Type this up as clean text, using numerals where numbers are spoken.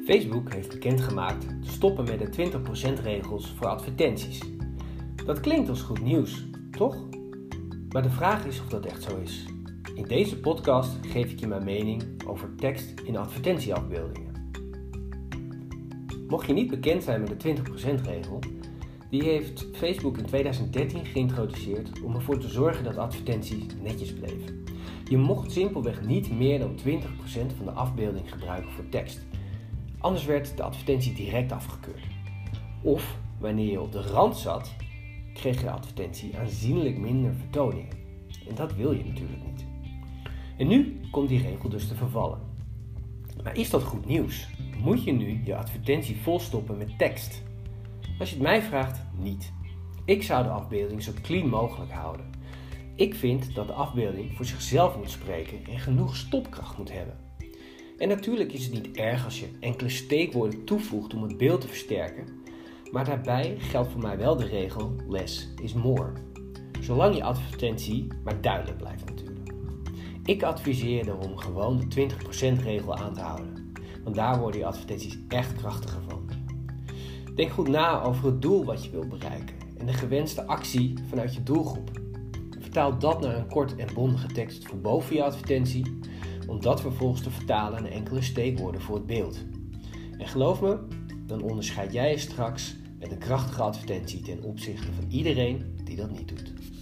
Facebook heeft bekendgemaakt te stoppen met de 20% regels voor advertenties. Dat klinkt als goed nieuws, toch? Maar de vraag is of dat echt zo is. In deze podcast geef ik je mijn mening over tekst in advertentieafbeeldingen. Mocht je niet bekend zijn met de 20% regel, die heeft Facebook in 2013 geïntroduceerd om ervoor te zorgen dat advertenties netjes bleven. Je mocht simpelweg niet meer dan 20% van de afbeelding gebruiken voor tekst. Anders werd de advertentie direct afgekeurd. Of wanneer je op de rand zat, kreeg je advertentie aanzienlijk minder vertoningen. En dat wil je natuurlijk niet. En nu komt die regel dus te vervallen. Maar is dat goed nieuws? Moet je nu je advertentie volstoppen met tekst? Als je het mij vraagt, niet. Ik zou de afbeelding zo clean mogelijk houden. Ik vind dat de afbeelding voor zichzelf moet spreken en genoeg stopkracht moet hebben. En natuurlijk is het niet erg als je enkele steekwoorden toevoegt om het beeld te versterken, maar daarbij geldt voor mij wel de regel less is more. Zolang je advertentie maar duidelijk blijft natuurlijk. Ik adviseer daarom gewoon de 20% regel aan te houden, want daar worden je advertenties echt krachtiger van. Denk goed na over het doel wat je wilt bereiken en de gewenste actie vanuit je doelgroep. Vertaal dat naar een kort en bondige tekst voor boven je advertentie, om dat vervolgens te vertalen naar enkele steekwoorden voor het beeld. En geloof me, dan onderscheid jij je straks met een krachtige advertentie ten opzichte van iedereen die dat niet doet.